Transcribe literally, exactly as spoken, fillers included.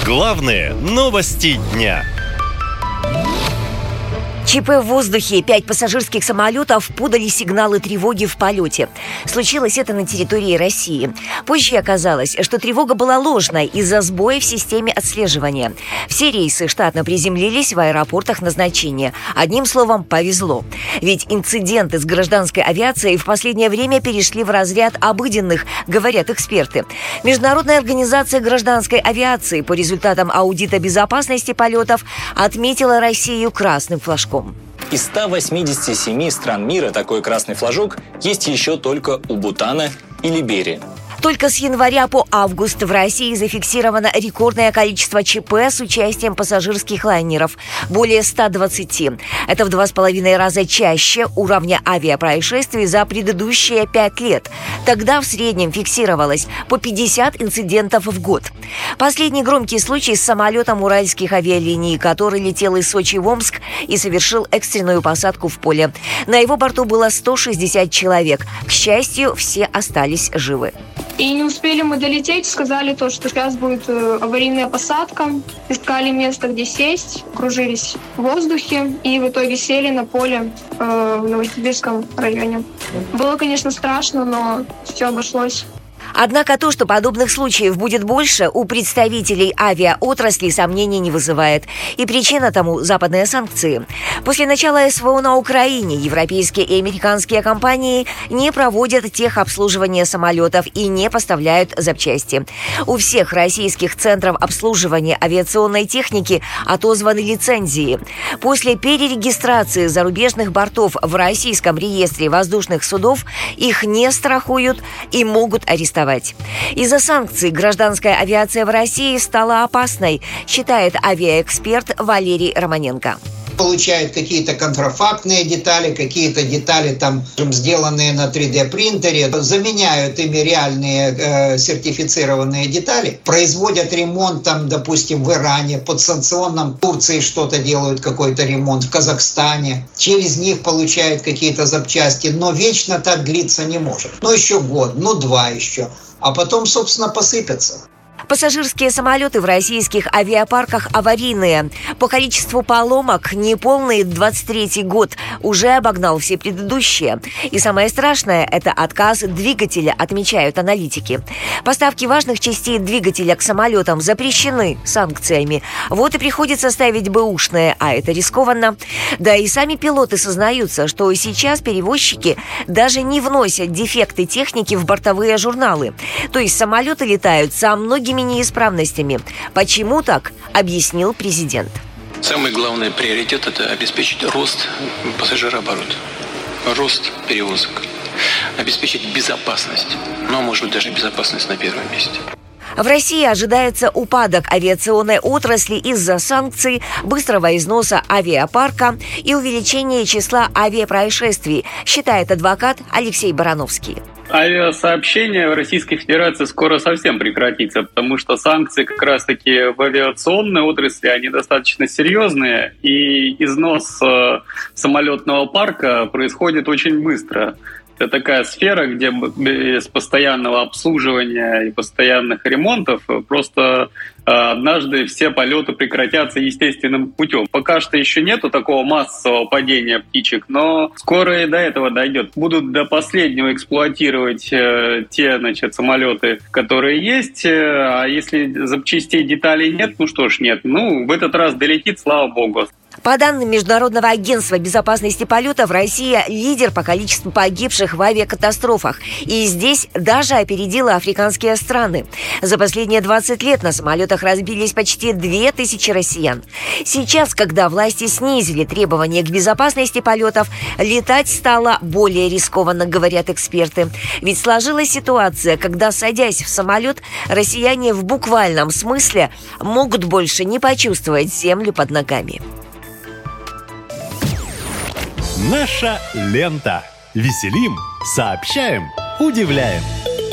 Главные новости дня. ЧП в воздухе. Пять пассажирских самолетов подали сигналы тревоги в полете. Случилось это на территории России. Позже оказалось, что тревога была ложной из-за сбоя в системе отслеживания. Все рейсы штатно приземлились в аэропортах назначения. Одним словом, повезло. Ведь инциденты с гражданской авиацией в последнее время перешли в разряд обыденных, говорят эксперты. Международная организация гражданской авиации по результатам аудита безопасности полетов отметила Россию красным флажком. Из ста восьмидесяти семи стран мира такой красный флажок есть еще только у Бутана и Либерии. Только с января по август в России зафиксировано рекордное количество ЧП с участием пассажирских лайнеров – более ста двадцати. Это в два с половиной раза чаще уровня авиапроисшествий за предыдущие пять лет. Тогда в среднем фиксировалось по пятьдесят инцидентов в год. Последний громкий случай с самолетом уральских авиалиний, который летел из Сочи в Омск и совершил экстренную посадку в поле. На его борту было сто шестьдесят человек. К счастью, все остались живы. И не успели мы долететь, сказали то, что сейчас будет аварийная посадка. Искали место, где сесть, кружились в воздухе и в итоге сели на поле э, в Новосибирском районе. Было, конечно, страшно, но все обошлось. Однако то, что подобных случаев будет больше, у представителей авиаотрасли сомнений не вызывает. И причина тому – западные санкции. После начала СВО на Украине европейские и американские компании не проводят техобслуживание самолетов и не поставляют запчасти. У всех российских центров обслуживания авиационной техники отозваны лицензии. После перерегистрации зарубежных бортов в российском реестре воздушных судов их не страхуют и могут арестовать. Из-за санкций гражданская авиация в России стала опасной, считает авиаэксперт Валерий Романенко. Получают какие-то контрафактные детали, какие-то детали там сделанные на три дэ принтере, заменяют ими реальные э, сертифицированные детали, производят ремонт там, допустим, в Иране, подсанкционном, в Турции что-то делают, какой-то ремонт, в Казахстане, через них получают какие-то запчасти, но вечно так длиться не может. Ну еще год, ну два еще, а потом, собственно, посыпятся. Пассажирские самолеты в российских авиапарках аварийные. По количеству поломок неполный двадцать третий год уже обогнал все предыдущие. И самое страшное – это отказ двигателя, отмечают аналитики. Поставки важных частей двигателя к самолетам запрещены санкциями. Вот и приходится ставить бэушные, а это рискованно. Да и сами пилоты сознаются, что сейчас перевозчики даже не вносят дефекты техники в бортовые журналы. То есть самолеты летают со многими неисправностями. Почему так, объяснил президент. Самый главный приоритет – это обеспечить рост пассажирооборота, рост перевозок, обеспечить безопасность, но, может быть, даже безопасность на первом месте. В России ожидается упадок авиационной отрасли из-за санкций, быстрого износа авиапарка и увеличения числа авиапроисшествий, считает адвокат Алексей Барановский. Авиасообщение в Российской Федерации скоро совсем прекратится, потому что санкции как раз-таки в авиационной отрасли, они достаточно серьезные, и износ э, самолетного парка происходит очень быстро. Это такая сфера, где без постоянного обслуживания и постоянных ремонтов просто э, однажды все полеты прекратятся естественным путем. Пока что еще нету такого массового падения птичек, но скоро и до этого дойдет. Будут до последнего эксплуатировать э, те, значит, самолеты, которые есть, э, а если запчастей, деталей нет, ну что ж, нет. Ну, в этот раз долетит, слава богу. По данным Международного агентства безопасности полетов, Россия лидер по количеству погибших в авиакатастрофах. И здесь даже опередила африканские страны. За последние двадцать лет на самолетах разбились почти две тысячи россиян. Сейчас, когда власти снизили требования к безопасности полетов, летать стало более рискованно, говорят эксперты. Ведь сложилась ситуация, когда, садясь в самолет, россияне в буквальном смысле могут больше не почувствовать землю под ногами. Наша лента. Веселим, сообщаем, удивляем.